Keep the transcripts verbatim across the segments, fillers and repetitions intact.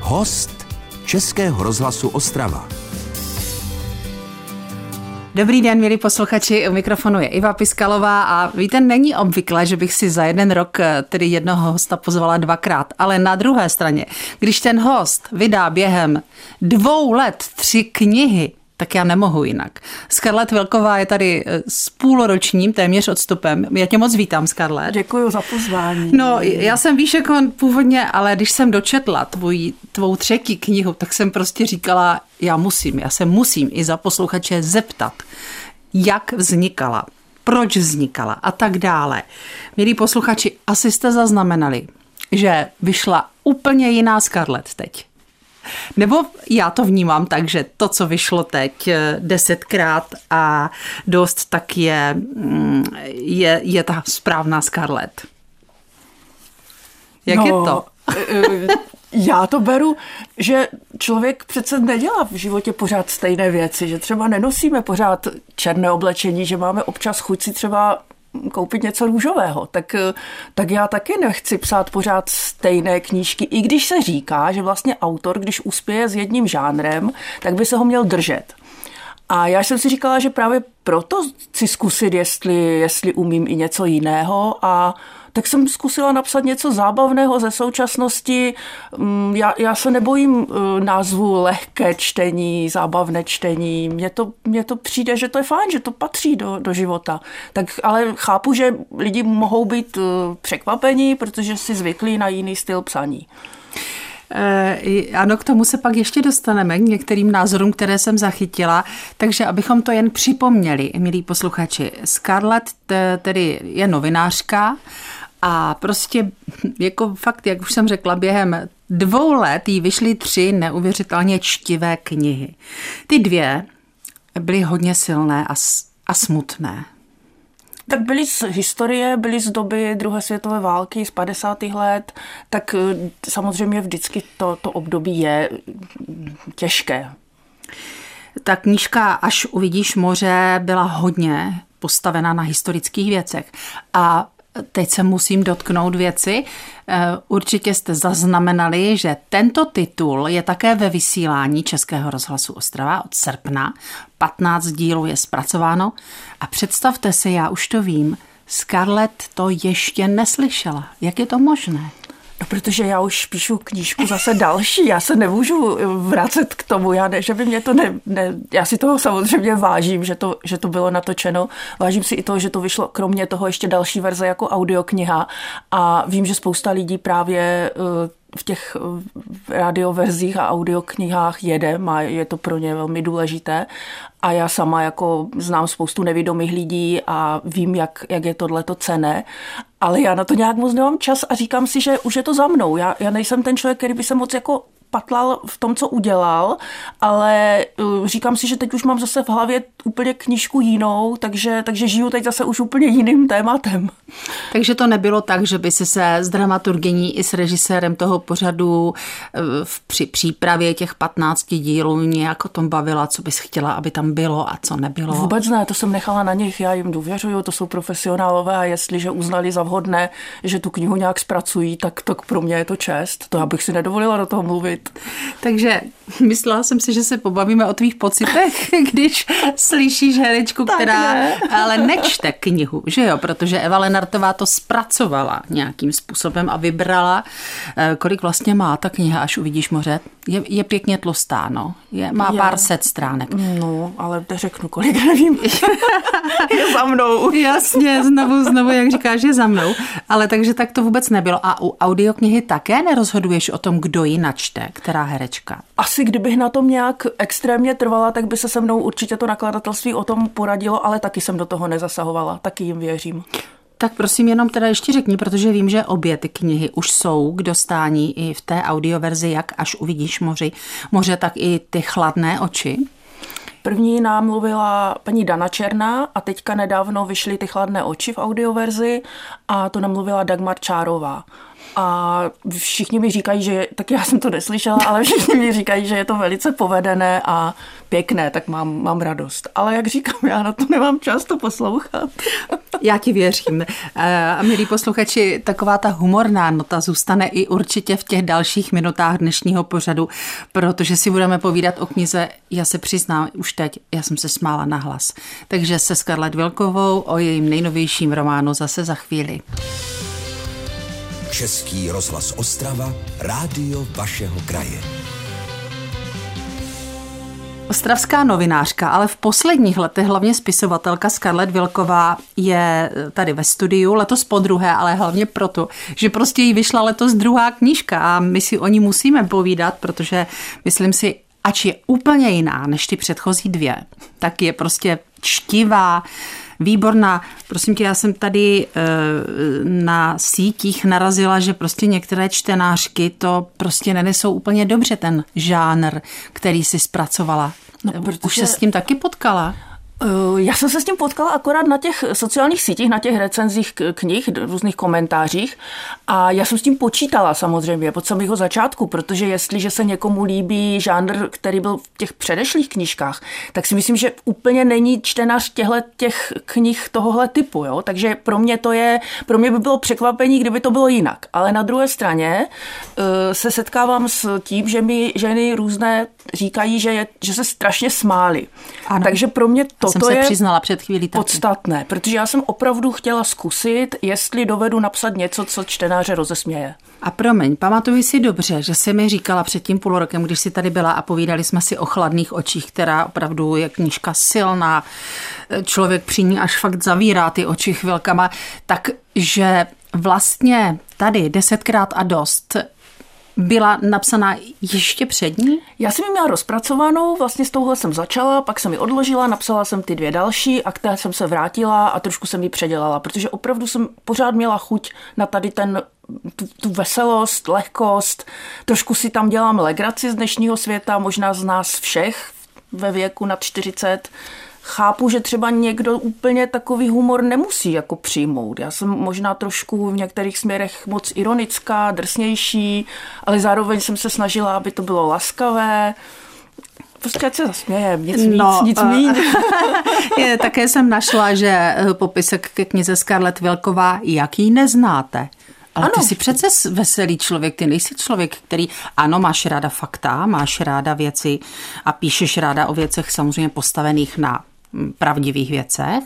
Host Českého rozhlasu Ostrava. Dobrý den, milí posluchači, u mikrofonu je Iva Piskalová a víte, není obvyklé, že bych si za jeden rok tedy jednoho hosta pozvala dvakrát, ale na druhé straně, když ten host vydá během dvou let tři knihy, tak já nemohu jinak. Scarlett Wilková je tady s půlročním téměř odstupem. Já tě moc vítám, Scarlett. Děkuji za pozvání. No, já jsem víš, jako původně, ale když jsem dočetla tvůj, tvou třetí knihu, tak jsem prostě říkala, já musím, já se musím i za posluchače zeptat, jak vznikala, proč vznikala a tak dále. Milí posluchači, asi jste zaznamenali, že vyšla úplně jiná Scarlett teď. Nebo já to vnímám tak, že to, co vyšlo teď desetkrát a dost, tak je, je, je ta správná Scarlett. Jak no, je to? Já to beru, že člověk přece nedělá v životě pořád stejné věci, že třeba nenosíme pořád černé oblečení, že máme občas chuť si třeba koupit něco růžového, tak, tak já taky nechci psát pořád stejné knížky, i když se říká, že vlastně autor, když uspěje s jedním žánrem, tak by se ho měl držet. A já jsem si říkala, že právě proto chci zkusit, jestli, jestli umím i něco jiného, a tak jsem zkusila napsat něco zábavného ze současnosti. Já, já se nebojím názvu lehké čtení, zábavné čtení. Mně to, mně to přijde, že to je fajn, že to patří do, do života. Tak ale chápu, že lidi mohou být překvapení, protože si zvyklí na jiný styl psaní. Ano, k tomu se pak ještě dostaneme, k některým názorům, které jsem zachytila, takže abychom to jen připomněli, milí posluchači, Scarlett tedy je novinářka a prostě jako fakt, jak už jsem řekla, během dvou let jí vyšly tři neuvěřitelně čtivé knihy. Ty dvě byly hodně silné a, a smutné. Tak byly z historie, byly z doby druhé světové války, z padesátých let, tak samozřejmě vždycky to, to období je těžké. Ta knížka Až uvidíš moře byla hodně postavená na historických věcech. A teď se musím dotknout věci. Určitě jste zaznamenali, že tento titul je také ve vysílání Českého rozhlasu Ostrava od srpna. patnáct dílů je zpracováno a představte si, já už to vím, Scarlett to ještě neslyšela. Jak je to možné? No, protože já už píšu knížku zase další, já se nemůžu vracet k tomu, já ne, že by mě to ne, ne, já si toho samozřejmě vážím, že to, že to bylo natočeno, vážím si i toho, že to vyšlo kromě toho ještě další verze jako audiokniha a vím, že spousta lidí právě v těch radioverzích a audioknihách jede, má, je to pro ně velmi důležité a já sama jako znám spoustu nevědomých lidí a vím, jak, jak je tohleto cenné, ale já na to nějak moc nemám čas a říkám si, že už je to za mnou. Já, já nejsem ten člověk, který by se moc jako patlal v tom, co udělal, ale říkám si, že teď už mám zase v hlavě úplně knížku jinou, takže, takže žiju teď zase už úplně jiným tématem. Takže to nebylo tak, že by si se s dramaturgyní i s režisérem toho pořadu v, při přípravě těch patnácti dílů nějak o tom bavila, co bys chtěla, aby tam bylo a co nebylo? Vůbec ne, to jsem nechala na nich, já jim důvěřuju, to jsou profesionálové a jestliže uznali za vhodné, že tu knihu nějak zpracují, tak to pro mě je to čest. To já bych si nedovolila do toho mluvit. Takže myslela jsem si, že se pobavíme o tvých pocitech, když slyšíš herečku, která ne. ale nečte knihu, že jo? Protože Eva Lenartová to zpracovala nějakým způsobem a vybrala, kolik vlastně má ta kniha Až uvidíš moře. Je, je pěkně tlustá, no. Je, má je. pár set stránek. No, ale řeknu, kolik, nevím. Je za mnou. Jasně, znovu, znovu, jak říkáš, je za mnou. Ale takže tak to vůbec nebylo. A u audioknihy také nerozhoduješ o tom, kdo ji načte, která herečka? Asi kdybych na tom nějak extrémně trvala, tak by se se mnou určitě to nakladatelství o tom poradilo, ale taky jsem do toho nezasahovala, taky jim věřím. Tak prosím, jenom teda ještě řekni, protože vím, že obě ty knihy už jsou k dostání i v té audioverzi, jak Až uvidíš moři, moře, tak i Ty chladné oči. První nám mluvila paní Dana Černá a teďka nedávno vyšly Ty chladné oči v audioverzi a to namluvila Dagmar Čárová. A všichni mi říkají, že, tak já jsem to neslyšela, ale všichni mi říkají, že je to velice povedené a pěkné, tak mám, mám radost. Ale jak říkám, já na to nemám čas to poslouchat. Já ti věřím. A milí posluchači, taková ta humorná nota zůstane i určitě v těch dalších minutách dnešního pořadu, protože si budeme povídat o knize, já se přiznám už teď, já jsem se smála nahlas. Takže se Scarlett Wilkovou o jejím nejnovějším románu zase za chvíli. Český rozhlas Ostrava, rádio vašeho kraje. Ostravská novinářka, ale v posledních letech hlavně spisovatelka Scarlett Wilková je tady ve studiu, letos podruhé, ale hlavně proto, že prostě jí vyšla letos druhá knížka a my si o ní musíme povídat, protože myslím si, ač je úplně jiná než ty předchozí dvě, tak je prostě čtivá, výborná. Prosím tě, já jsem tady e, na sítích narazila, že prostě některé čtenářky to prostě nenesou úplně dobře, ten žánr, který si zpracovala. No, protože... Už se s tím taky potkala? Já jsem se s tím potkala akorát na těch sociálních sítích, na těch recenzích knih, různých komentářích a já jsem s tím počítala samozřejmě od samého začátku, protože jestliže se někomu líbí žánr, který byl v těch předešlých knížkách, tak si myslím, že úplně není čtenář těchto těch knih tohohle typu, jo? Takže pro mě to je, pro mě by bylo překvapení, kdyby to bylo jinak. Ale na druhé straně uh, se setkávám s tím, že mi ženy různé říkají, že, je, že se strašně smály. Ano. Takže pro mě to jsem se je přiznala před chvílí taky. Podstatné, protože já jsem opravdu chtěla zkusit, jestli dovedu napsat něco, co čtenáře rozesměje. A promiň, pamatuji si dobře, že jsi mi říkala před tím půl rokem, když jsi tady byla a povídali jsme si o Chladných očích, která opravdu je knížka silná, člověk při ní až fakt zavírá ty oči chvilkama, takže vlastně tady desetkrát a dost byla napsaná ještě před ní? Já jsem ji měla rozpracovanou, vlastně s touhle jsem začala, pak jsem ji odložila, napsala jsem ty dvě další a k té jsem se vrátila a trošku jsem ji předělala, protože opravdu jsem pořád měla chuť na tady ten tu, tu veselost, lehkost, trošku si tam dělám legraci z dnešního světa, možná z nás všech ve věku nad čtyřicet. Chápu, že třeba někdo úplně takový humor nemusí jako přijmout. Já jsem možná trošku v některých směrech moc ironická, drsnější, ale zároveň jsem se snažila, aby to bylo laskavé. Prostě ať se zasmějem, nic víc, no, nic míň. Je, také jsem našla, že popisek ke knize Scarlett Wilková, jak ji neznáte. Ale ano. Ty jsi přece veselý člověk, ty nejsi člověk, který, ano, máš ráda fakta, máš ráda věci a píšeš ráda o věcech samozřejmě postavených na pravdivých věcech,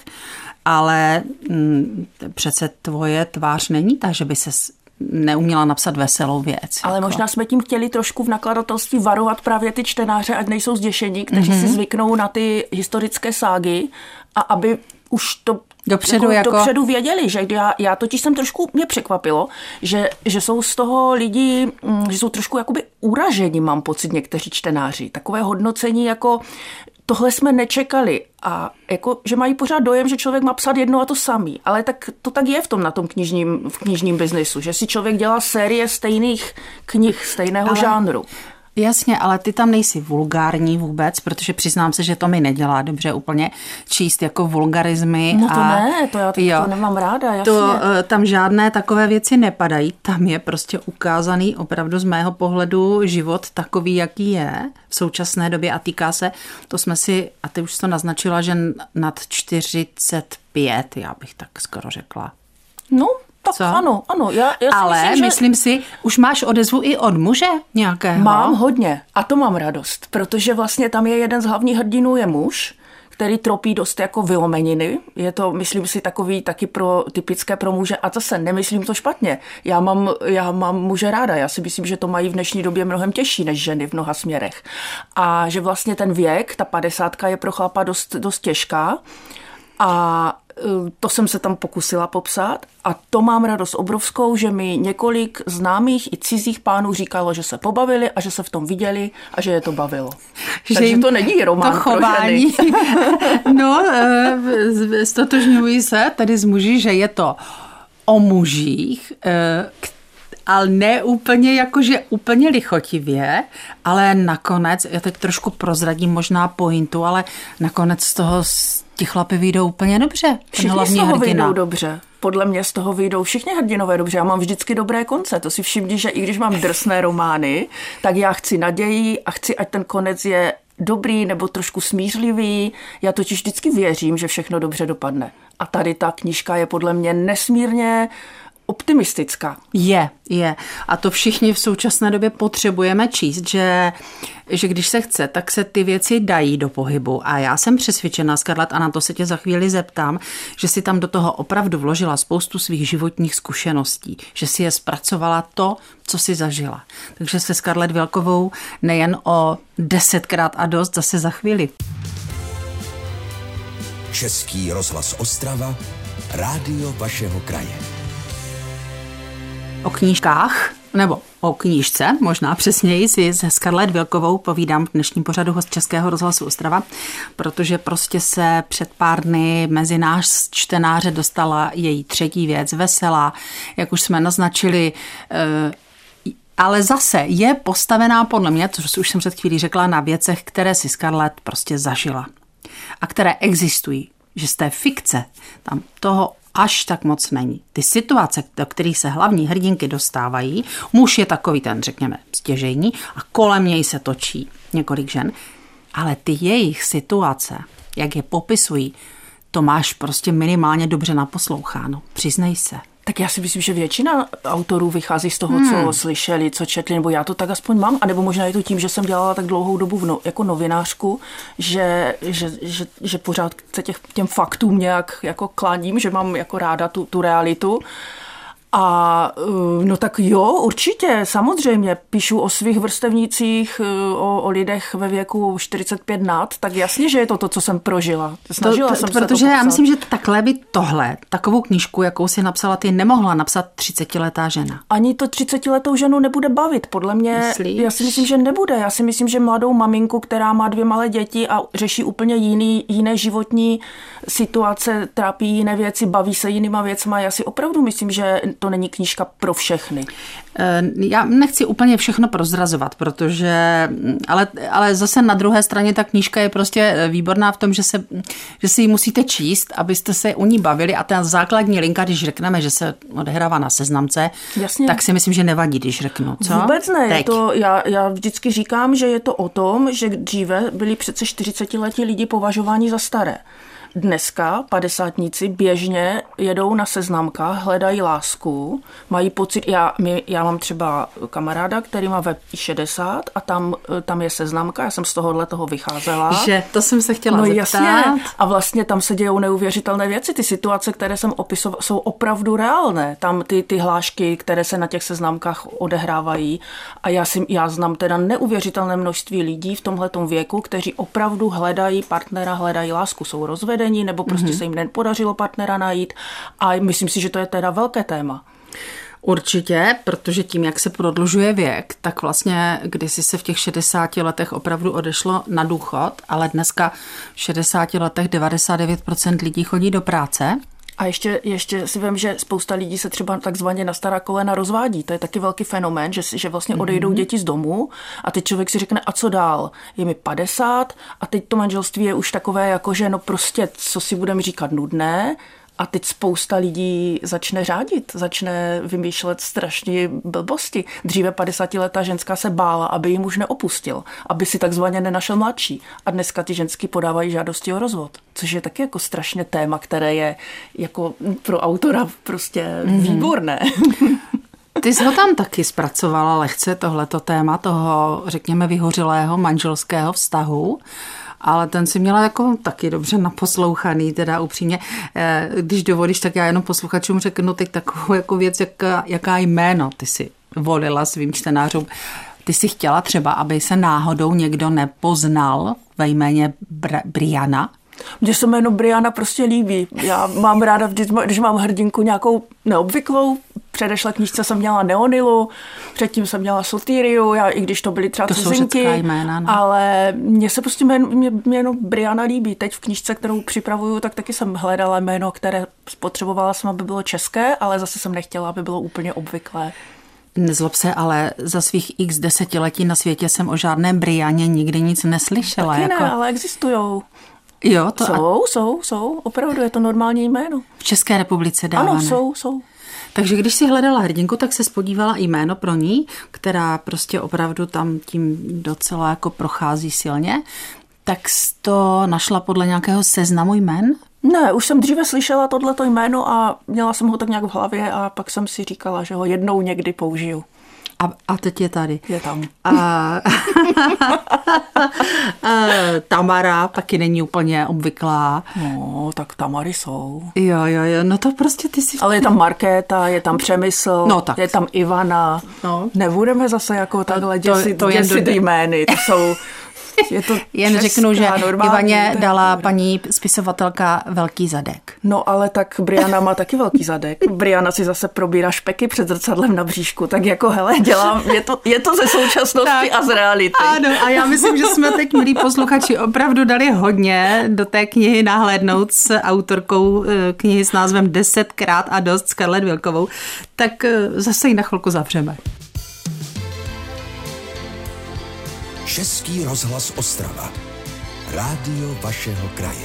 ale m, přece tvoje tvář není ta, že by ses neuměla napsat veselou věc. Ale jako. Možná jsme tím chtěli trošku v nakladatelství varovat právě ty čtenáře, ať nejsou zděšení, kteří mm-hmm. si zvyknou na ty historické ságy a aby už to Dopředu, jako, jako... dopředu věděli, že já, já totiž jsem trošku, mě překvapilo, že, že jsou z toho lidi, že jsou trošku jakoby uraženi, mám pocit někteří čtenáři. Takové hodnocení jako tohle jsme nečekali a jako, že mají pořád dojem, že člověk má psát jedno a to samý. Ale tak to tak je v tom na tom knižním, v knižním biznesu, že si člověk dělá série stejných knih, stejného ale... žánru. Jasně, ale ty tam nejsi vulgární vůbec, protože přiznám se, že to mi nedělá dobře úplně číst jako vulgarizmy. No to a, ne, to já to, to nemám ráda, jasně. To, tam žádné takové věci nepadají, tam je prostě ukázaný opravdu z mého pohledu život takový, jaký je v současné době a týká se, to jsme si, a ty už to naznačila, že nad čtyřicet pět, já bych tak skoro řekla. No, tak co? ano, ano. Já, já si Ale myslím, že... myslím si, už máš odezvu i od muže nějakého? Mám hodně a to mám radost, protože vlastně tam je jeden z hlavních hrdinů je muž, který tropí dost jako vylomeniny. Je to, myslím si, takový taky pro, typické pro muže. A zase nemyslím to špatně. Já mám, já mám muže ráda. Já si myslím, že to mají v dnešní době mnohem těžší než ženy v mnoha směrech. A že vlastně ten věk, ta padesátka je pro chlapa dost, dost těžká. A to jsem se tam pokusila popsat a to mám radost obrovskou, že mi několik známých i cizích pánů říkalo, že se pobavili a že se v tom viděli a že je to bavilo. Že takže to není román to chování. pro ženy. No, stotožňuji se tady s muži, že je to o mužích, ale ne úplně jakože úplně lichotivě, ale nakonec, já teď trošku prozradím možná pointu, ale nakonec z toho ti chlapi vyjdou úplně dobře. Všichni z toho vyjdou dobře. Podle mě z toho vyjdou všichni hrdinové dobře. Já mám vždycky dobré konce. To si všimni, že i když mám drsné romány, tak já chci naději a chci, ať ten konec je dobrý nebo trošku smířlivý. Já totiž vždycky věřím, že všechno dobře dopadne. A tady ta knížka je podle mě nesmírně optimistická. Je, je. A to všichni v současné době potřebujeme číst, že, že když se chce, tak se ty věci dají do pohybu. A já jsem přesvědčená, Scarlett, a na to se tě za chvíli zeptám, že si tam do toho opravdu vložila spoustu svých životních zkušeností, že si je zpracovala to, co si zažila. Takže se Scarlett Vilkovou nejen o desetkrát a dost zase za chvíli. Český rozhlas Ostrava, rádio vašeho kraje. O knížkách, nebo o knížce, možná přesněji, si se Scarlett Vilkovou povídám v dnešním pořadu host Českého rozhlasu Ostrava, protože prostě se před pár dny mezi náš čtenáře dostala její třetí věc, Veselá, jak už jsme naznačili, ale zase je postavená podle mě, což už jsem před chvílí řekla, na věcech, které si Scarlett prostě zažila a které existují, že z té fikce tam toho až tak moc není. Ty situace, do kterých se hlavní hrdinky dostávají, muž je takový ten, řekněme, stěžejní a kolem něj se točí několik žen, ale ty jejich situace, jak je popisují, to máš prostě minimálně dobře naposloucháno. Přiznej se. Tak já si myslím, že většina autorů vychází z toho, hmm. co slyšeli, co četli, nebo já to tak aspoň mám, anebo možná je to tím, že jsem dělala tak dlouhou dobu v no, jako novinářku, že, že, že, že pořád se těch, těm faktům nějak jako kláním, že mám jako ráda tu, tu realitu. A no tak jo, určitě, samozřejmě, píšu o svých vrstevnících, o, o lidech ve věku čtyřicet pět nad, tak jasně, že je to to, co jsem prožila. Snažila to, to, jsem protože se to já myslím, že takhle by tohle, takovou knížku, jakou si napsala, ty nemohla napsat třicetiletá žena. Ani to třicetiletou ženu nebude bavit, podle mě. Myslíš? Já si myslím, že nebude. Já si myslím, že mladou maminku, která má dvě malé děti a řeší úplně jiný, jiné životní situace, trápí jiné věci, baví se jinýma věcma, já si opravdu myslím, že to není knížka pro všechny. Já nechci úplně všechno prozrazovat, protože, ale, ale zase na druhé straně ta knížka je prostě výborná v tom, že, se, že si ji musíte číst, abyste se u ní bavili a ta základní linka, když řekneme, že se odehrává na Seznamce, jasně, tak si myslím, že nevadí, když řeknu. Co? Vůbec ne. Je to, já, já vždycky říkám, že je to o tom, že dříve byli přece čtyřicetiletí lidi považováni za staré. Dneska padesátníci běžně jedou na seznamkách, hledají lásku, mají pocit, já, my, já mám třeba kamaráda, který má ve šedesát a tam, tam je seznamka, já jsem z tohohle toho vycházela. Že, to jsem se chtěla no, zeptat. Jasně. A vlastně tam se dějou neuvěřitelné věci, ty situace, které jsem opisovala, jsou opravdu reálné. Tam ty, ty hlášky, které se na těch seznamkách odehrávají a já, si, já znám teda neuvěřitelné množství lidí v tomhletom věku, kteří opravdu hledají partnera, hledají lásku, jsou rozvedení, nebo prostě mm-hmm. se jim nepodařilo partnera najít a myslím si, že to je teda velké téma. Určitě, protože tím, jak se prodlužuje věk, tak vlastně kdysi se v těch šedesáti letech opravdu odešlo na důchod, ale dneska v šedesáti letech devadesát devět procent lidí chodí do práce. A ještě, ještě si vím, že spousta lidí se třeba takzvaně na stará kolena rozvádí. To je taky velký fenomén, že, že vlastně odejdou mm-hmm. děti z domu a teď člověk si řekne, a co dál? Je mi padesát a teď to manželství je už takové, jako že no prostě, co si budeme říkat, nudné. A teď spousta lidí začne řádit, začne vymýšlet strašně blbosti. Dříve padesátiletá ženská se bála, aby ji muž neopustil, aby si takzvaně nenašel mladší. A dneska ty ženský podávají žádosti o rozvod, což je taky jako strašně téma, které je jako pro autora prostě mm-hmm. výborné. Ty jsi ho tam taky zpracovala lehce, tohleto téma toho, řekněme, vyhořelého manželského vztahu. Ale ten si měla jako taky dobře naposlouchaný, teda upřímně. Když dovolíš, tak já jenom posluchačům řeknu teď takovou jako věc, jaká, jaká jméno ty si volila svým čtenářům. Ty si chtěla třeba, aby se náhodou někdo nepoznal ve jméně Br- Briana? Mně se jméno Briana prostě líbí. Já mám ráda, když mám hrdinku nějakou neobvyklou. Předešlé knížce jsem měla Neonilu, předtím jsem měla Sotyriu, já, i když to byly třeba to cizinky, jména, no. Ale mně se prostě jméno, mě, jméno Briana líbí. Teď v knížce, kterou připravuju, tak taky jsem hledala jméno, které spotřebovala jsem, aby bylo české, ale zase jsem nechtěla, aby bylo úplně obvyklé. Nezlob se, ale za svých x desetiletí na světě jsem o žádném Brianě nikdy nic neslyšela. Taky jako... ne, ale existujou. Jo, to jsou, a... jsou, jsou, opravdu je to normální jméno. V České republice dávané. Ano, jsou, jsou. Takže když si hledala hrdinku, tak se spodívala i jméno pro ní, která prostě opravdu tam tím docela jako prochází silně. Tak jsi to našla podle nějakého seznamu jmen? Ne, už jsem dříve slyšela tohleto jméno a měla jsem ho tak nějak v hlavě a pak jsem si říkala, že ho jednou někdy použiju. A, a teď je tady. Je tam. A, a, Tamara taky není úplně obvyklá. No, tak Tamary jsou. Jo, jo, jo, no to prostě ty si... Ale je tam Markéta, je tam Přemysl, no, tak. je tam Ivana. No. Nebudeme zase jako takhle to, děsit, to děsit do... jmény. To jsou... Je to Jen česká, řeknu, že Ivaně dala dobré. paní spisovatelka velký zadek. No ale tak Briana má taky velký zadek. Briana si zase probírá špeky před zrcadlem na bříšku, tak jako hele, dělám, je to, je to ze současnosti tak, a z reality. Ano, a já myslím, že jsme teď, milí posluchači, opravdu dali hodně do té knihy nahlédnout s autorkou knihy s názvem Desetkrát a dost s Karlet Vilkovou, tak zase ji na chvilku zavřeme. Český rozhlas Ostrava. Rádio vašeho kraje.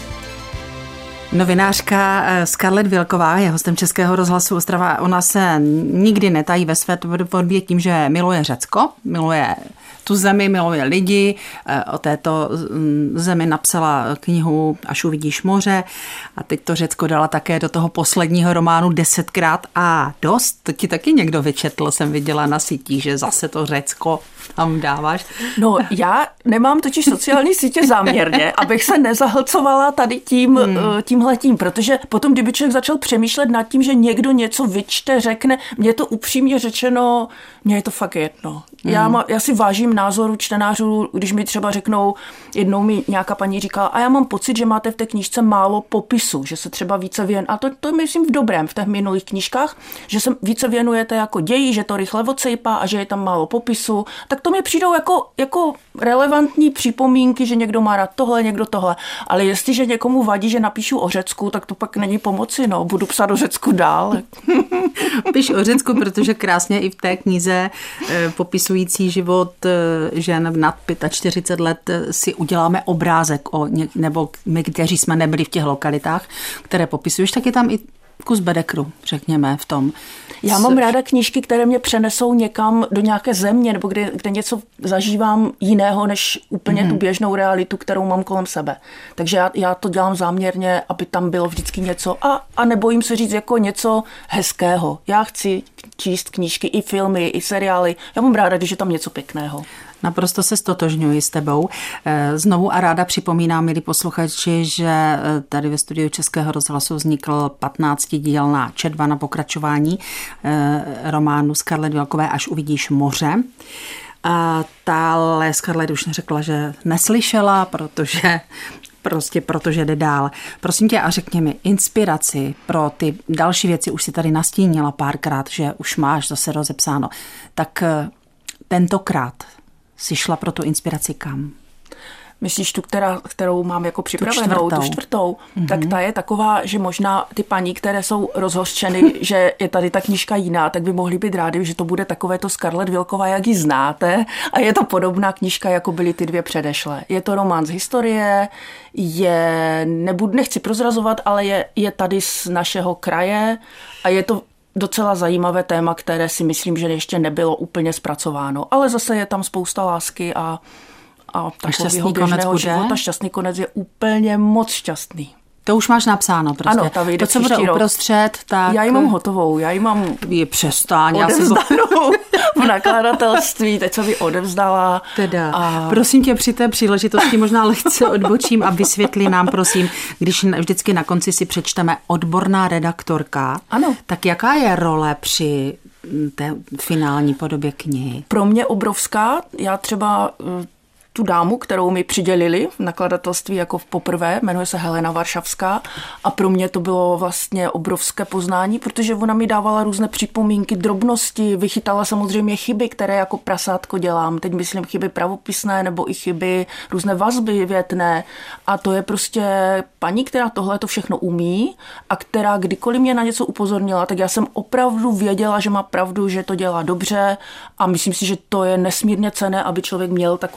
Novinářka Karlet Vilková je hostem Českého rozhlasu Ostrava. Ona se nikdy netají ve své tvorbě tím, že miluje Řecko, miluje tu zemi, miluje lidi. O této zemi napsala knihu Až uvidíš moře a teď to Řecko dala také do toho posledního románu Desetkrát a dost. To ti taky někdo vyčetl, jsem viděla na sítích, že zase to Řecko tam dáváš. No já nemám totiž sociální sítě záměrně, abych se nezahlcovala tady tím, hmm. tímhletím, protože potom, kdyby člověk začal přemýšlet nad tím, že někdo něco vyčte, řekne, mně to upřímně řečeno, mně je to fakt jedno. Hmm. Já, má, já si vážím názoru čtenářů, když mi třeba řeknou, jednou mi nějaká paní říkala, a já mám pocit, že máte v té knížce málo popisu, že se třeba více věnujete, a to, to myslím v dobrém, v těch minulých knížkách, že se více věnujete jako ději, že to rychle odsejpá a že je tam málo popisu, tak to mi přijdou jako, jako relevantní připomínky, že někdo má rád tohle, někdo tohle. Ale jestliže někomu vadí, že napíšu o Řecku, tak to pak není pomoci, no, budu psát o Řecku dál. Píš o Řecku, protože krásně i v té knize popisující život žen nad čtyřicet pět let si uděláme obrázek, o ně, nebo my, kteří jsme nebyli v těch lokalitách, které popisuješ, tak je tam i kus bedekru, řekněme, v tom. Já mám ráda knížky, které mě přenesou někam do nějaké země, nebo kde, kde něco zažívám jiného, než úplně mm. tu běžnou realitu, kterou mám kolem sebe. Takže já, já to dělám záměrně, aby tam bylo vždycky něco a, a nebojím se říct jako něco hezkého. Já chci číst knížky, i filmy, i seriály. Já mám ráda, když je tam něco pěkného. Naprosto se stotožňuji s tebou. Znovu a ráda připomínám, milí posluchači, že tady ve studiu Českého rozhlasu vznikl patnáctidílná četba na pokračování románu Karlet Vilkové Až uvidíš moře. Ale Karlet už neřekla, že neslyšela, protože prostě protože jde dál. Prosím tě a řekni mi, inspiraci pro ty další věci už si tady nastínila párkrát, že už máš zase rozepsáno. Tak tentokrát si šla pro tu inspiraci kam? Myslíš tu, která, kterou mám jako připravenou, tu čtvrtou, tu čtvrtou mm-hmm. tak ta je taková, že možná ty paní, které jsou rozhořčeny, že je tady ta knížka jiná, tak by mohly být rádi, že to bude takové to Karlet Vilková, jak ji znáte, a je to podobná knížka, jako byly ty dvě předešlé. Je to román z historie, je, nebudu, nechci prozrazovat, ale je, je tady z našeho kraje a je to docela zajímavé téma, které si myslím, že ještě nebylo úplně zpracováno, ale zase je tam spousta lásky a a takového běžného života. Šťastný konec je úplně moc šťastný. To už máš napsáno prostě. Ano, ta vyjde to, co bude rok. Uprostřed, tak... Já ji mám hotovou, já ji mám je přestáň, odevzdanou v nakladatelství, teď co by odevzdala. Teda, a... prosím tě, při té příležitosti možná lehce odbočím a vysvětli nám, prosím, když vždycky na konci si přečteme odborná redaktorka, ano. Tak jaká je role při té finální podobě knihy? Pro mě obrovská. Já třeba tu dámu, kterou mi přidělili v nakladatelství jako v poprvé, jmenuje se Helena Varšavská a pro mě to bylo vlastně obrovské poznání, protože ona mi dávala různé připomínky, drobnosti, vychytala samozřejmě chyby, které jako prasátko dělám. Teď myslím chyby pravopisné nebo i chyby, různé vazby větné a to je prostě paní, která tohle to všechno umí a která kdykoliv mě na něco upozornila, tak já jsem opravdu věděla, že má pravdu, že to dělá dobře a myslím si, že to je nesmírně cenné, aby člověk měl takového prostě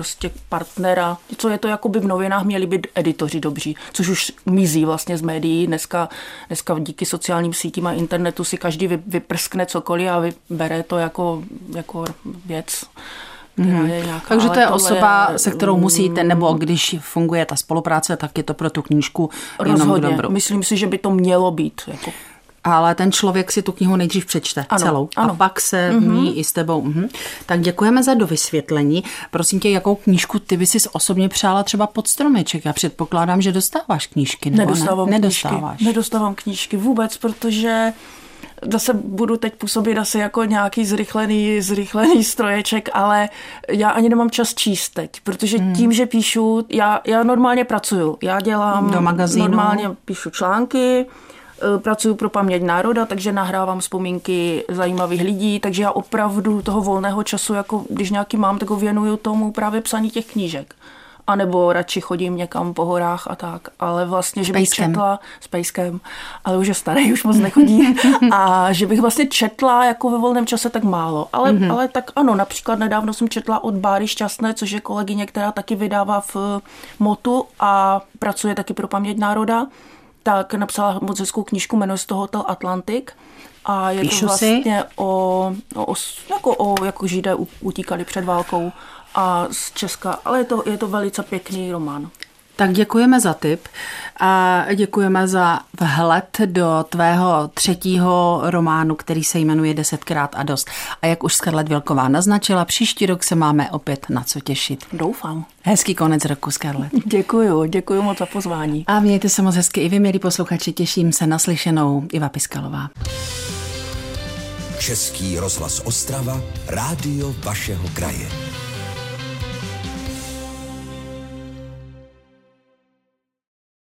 prostě partnera, co je to, jako by v novinách měli být editoři dobří, což už mizí vlastně z médií. Dneska, dneska díky sociálním sítím a internetu si každý vyprskne cokoliv a vybere to jako, jako věc. Hmm. Nějaká, takže to je osoba, je, se kterou musíte, nebo když funguje ta spolupráce, tak je to pro tu knížku jenom rozhodně. Dobrou. Myslím si, že by to mělo být. Jako. Ale ten člověk si tu knihu nejdřív přečte ano, celou ano. a pak se v ní mm-hmm. i s tebou. Mm-hmm. Tak děkujeme za dovysvětlení. Prosím tě, jakou knížku ty by si osobně přála třeba pod stromeček? Já předpokládám, že dostáváš knížky, nebo Nedostávám ne? Knížky. Nedostáváš. Nedostávám knížky vůbec, protože zase budu teď působit asi jako nějaký zrychlený, zrychlený stroječek, ale já ani nemám čas číst teď, protože hmm. tím, že píšu, já, já normálně pracuju. Já dělám, do magazínu. Normálně píšu články, pracuju pro Paměť národa, takže nahrávám vzpomínky zajímavých lidí, takže já opravdu toho volného času, jako když nějaký mám, tak ho věnuju tomu právě psaní těch knížek. A nebo radši chodím někam po horách a tak, ale vlastně, že bych četla s pejskem, ale už je starý, už moc nechodí, a že bych vlastně četla jako ve volném čase tak málo, ale, mm-hmm. ale tak ano, například nedávno jsem četla od Báry Šťastné, což je kolegyně, která taky vydává v Motu a pracuje taky pro Paměť národa, tak napsala moc hezkou knížku, jmenuje se to Hotel Atlantik. A je Píšu to vlastně si. o, o, jako o, jako Židé utíkali před válkou a z Česka, ale je to, je to velice pěkný román. Tak děkujeme za tip a děkujeme za vhled do tvého třetího románu, který se jmenuje Desetkrát a dost. A jak už Scarlett Vilková naznačila, příští rok se máme opět na co těšit. Doufám. Hezký konec roku, Scarlett. Děkuju, děkuju moc za pozvání. A mějte se moc hezky i vy, milí posluchači, těším se na slyšenou. Iva Piskalová. Český rozhlas Ostrava, rádio vašeho kraje.